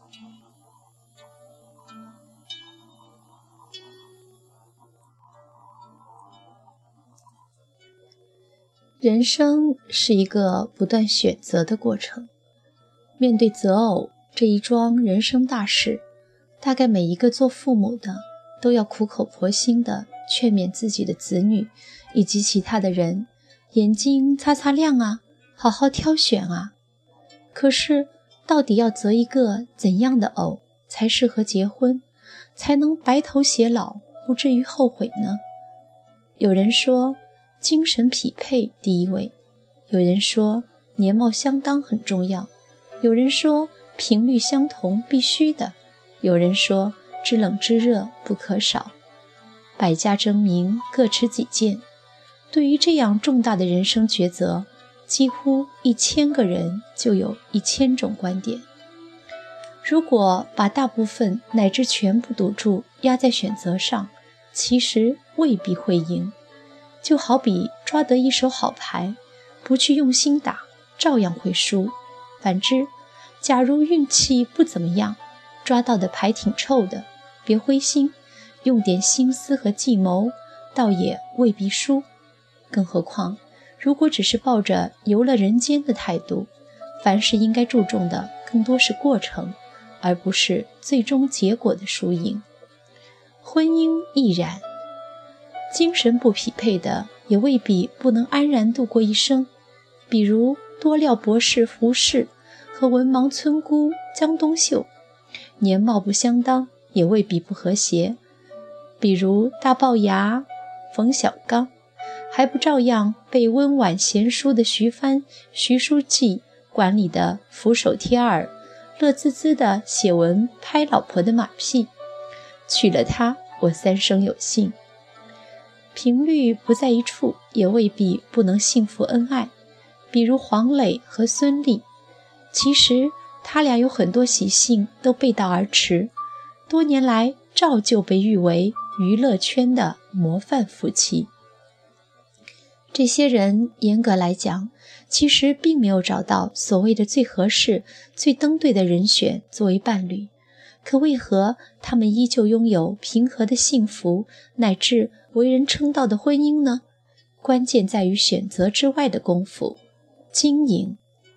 人生是一个不断选择的过程，面对择偶这一桩人生大事，大概每一个做父母的都要苦口婆心地劝勉自己的子女以及其他的人，眼睛擦擦亮啊，好好挑选啊。可是到底要择一个怎样的偶才适合结婚，才能白头偕老，不至于后悔呢？有人说精神匹配第一位，有人说年貌相当很重要，有人说频率相同必须的，有人说知冷知热不可少。百家争鸣，各持己见。对于这样重大的人生抉择，几乎1000个人就有1000种观点。如果把大部分乃至全部赌注压在选择上，其实未必会赢。就好比抓得一手好牌，不去用心打，照样会输。反之，假如运气不怎么样，抓到的牌挺臭的，别灰心，用点心思和计谋，倒也未必输。更何况，如果只是抱着游乐人间的态度，凡事应该注重的更多是过程，而不是最终结果的输赢。婚姻亦然，精神不匹配的也未必不能安然度过一生。比如多料博士胡适和文盲村姑江冬秀，年貌不相当也未必不和谐。比如大龅牙冯小刚，还不照样被温婉贤淑的徐帆、徐书记管理的俯首帖耳，乐滋滋地写文拍老婆的马屁。娶了她，我3生有幸。频率不在一处，也未必不能幸福恩爱。比如黄磊和孙俪，其实他俩有很多习性都背道而驰，多年来照旧被誉为娱乐圈的模范夫妻。这些人严格来讲，其实并没有找到所谓的最合适、最登对的人选作为伴侣，可为何他们依旧拥有平和的幸福，乃至为人称道的婚姻呢？关键在于选择之外的功夫，经营。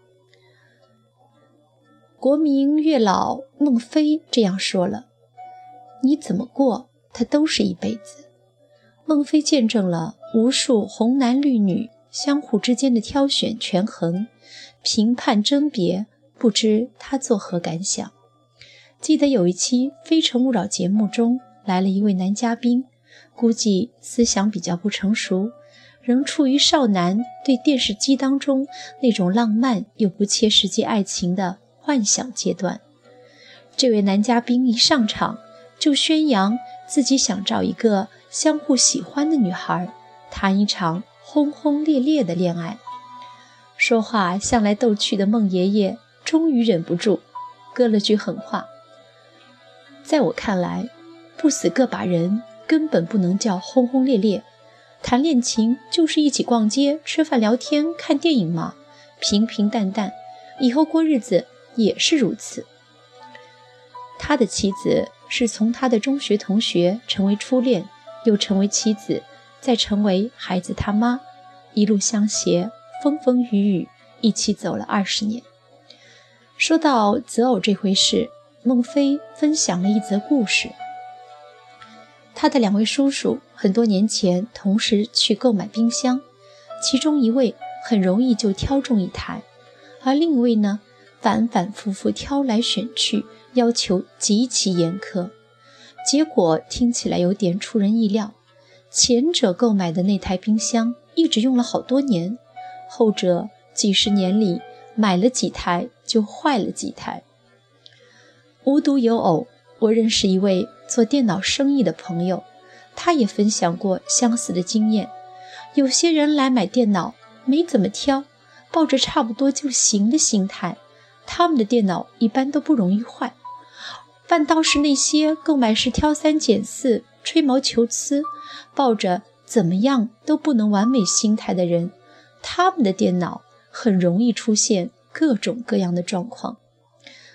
国民月老孟非这样说了，你怎么过，它都是一辈子。孟非见证了无数红男绿女相互之间的挑选权衡、评判甄别，不知他作何感想。记得有一期《非诚勿扰》节目中来了一位男嘉宾，估计思想比较不成熟，仍处于少男对电视机当中那种浪漫又不切实际爱情的幻想阶段。这位男嘉宾一上场就宣扬自己想找一个相互喜欢的女孩，谈一场轰轰烈烈的恋爱。说话向来逗趣的孟爷爷终于忍不住搁了句狠话，在我看来，不死个把人根本不能叫轰轰烈烈，谈恋情就是一起逛街、吃饭、聊天、看电影嘛，平平淡淡，以后过日子也是如此。他的妻子是从他的中学同学成为初恋，又成为妻子，再成为孩子他妈，一路相携，风风雨雨，一起走了20年。说到择偶这回事，孟非分享了一则故事。他的2位叔叔很多年前同时去购买冰箱，其中一位很容易就挑中一台，而另一位呢，反反复复挑来选去，要求极其严苛。结果听起来有点出人意料，前者购买的那台冰箱一直用了好多年，后者几十年里买了几台就坏了几台。无独有偶，我认识一位做电脑生意的朋友，他也分享过相似的经验。有些人来买电脑没怎么挑，抱着差不多就行的心态，他们的电脑一般都不容易坏。反倒是那些购买时挑3拣4、吹毛求疵，抱着怎么样都不能完美心态的人，他们的电脑很容易出现各种各样的状况。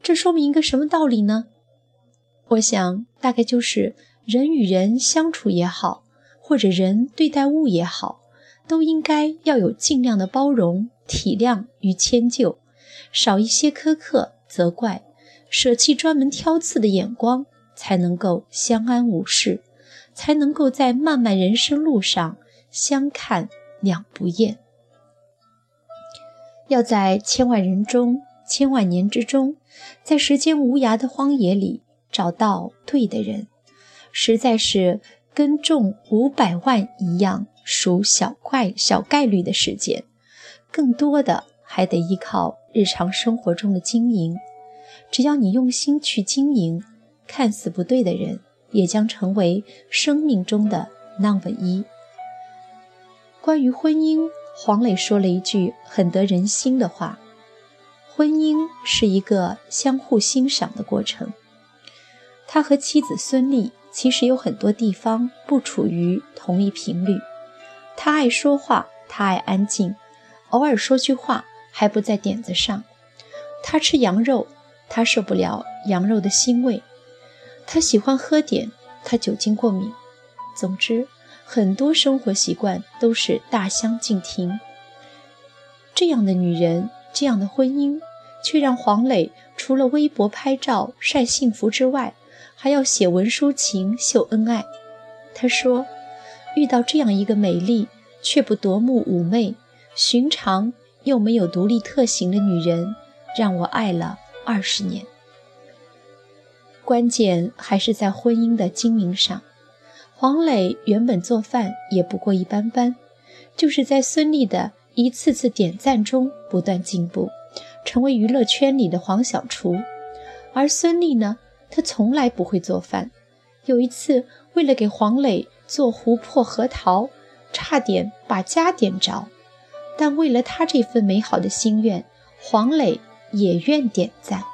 这说明一个什么道理呢？我想大概就是人与人相处也好，或者人对待物也好，都应该要有尽量的包容、体谅与迁就，少一些苛刻、责怪，舍弃专门挑刺的眼光，才能够相安无事，才能够在漫漫人生路上相看两不厌。要在千万人中、千万年之中，在时间无涯的荒野里找到对的人，实在是跟中500万一样属小概率的事件，更多的还得依靠日常生活中的经营。只要你用心去经营，看似不对的人也将成为生命中的number 1。关于婚姻，黄磊说了一句很得人心的话：婚姻是一个相互欣赏的过程。他和妻子孙俪其实有很多地方不处于同一频率。他爱说话，他爱安静，偶尔说句话还不在点子上。他吃羊肉，他受不了羊肉的腥味。他喜欢喝点，他酒精过敏。总之，很多生活习惯都是大相径庭。这样的女人，这样的婚姻，却让黄磊除了微博拍照晒幸福之外，还要写文抒情秀恩爱。他说，遇到这样一个美丽却不夺目妩媚、寻常又没有独立特行的女人，让我爱了20年。关键还是在婚姻的经营上。黄磊原本做饭也不过一般般，就是在孙俪的一次次点赞中不断进步，成为娱乐圈里的黄小厨。而孙俪呢，她从来不会做饭。有一次，为了给黄磊做琥珀核桃，差点把家点着。但为了他这份美好的心愿，黄磊也愿点赞。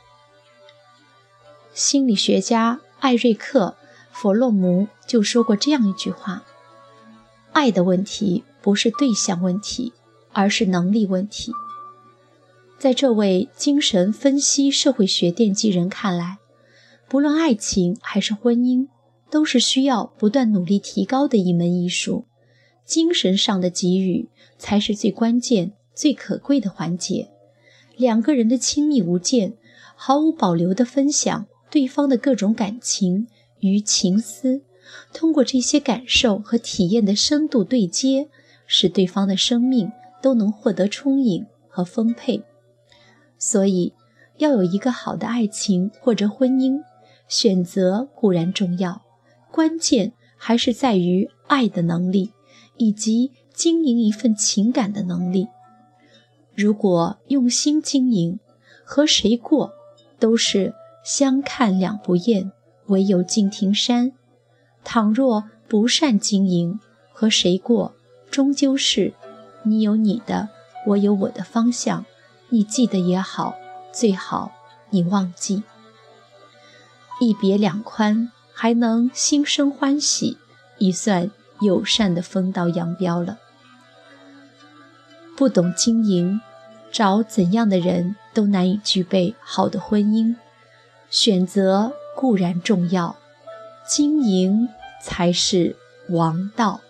心理学家艾瑞克·弗洛姆就说过这样一句话：爱的问题不是对象问题，而是能力问题。在这位精神分析社会学奠基人看来，不论爱情还是婚姻，都是需要不断努力提高的一门艺术。精神上的给予才是最关键、最可贵的环节。两个人的亲密无间，毫无保留地分享对方的各种感情与情思，通过这些感受和体验的深度对接，使对方的生命都能获得充盈和丰沛。所以，要有一个好的爱情或者婚姻，选择固然重要，关键还是在于爱的能力，以及经营一份情感的能力。如果用心经营，和谁过都是相看两不厌，唯有敬亭山。倘若不善经营，和谁过终究是你有你的，我有我的方向，你记得也好，最好你忘记。一别两宽，还能心生欢喜，已算友善的分道扬镳了。不懂经营，找怎样的人都难以具备好的婚姻。选择固然重要，经营才是王道。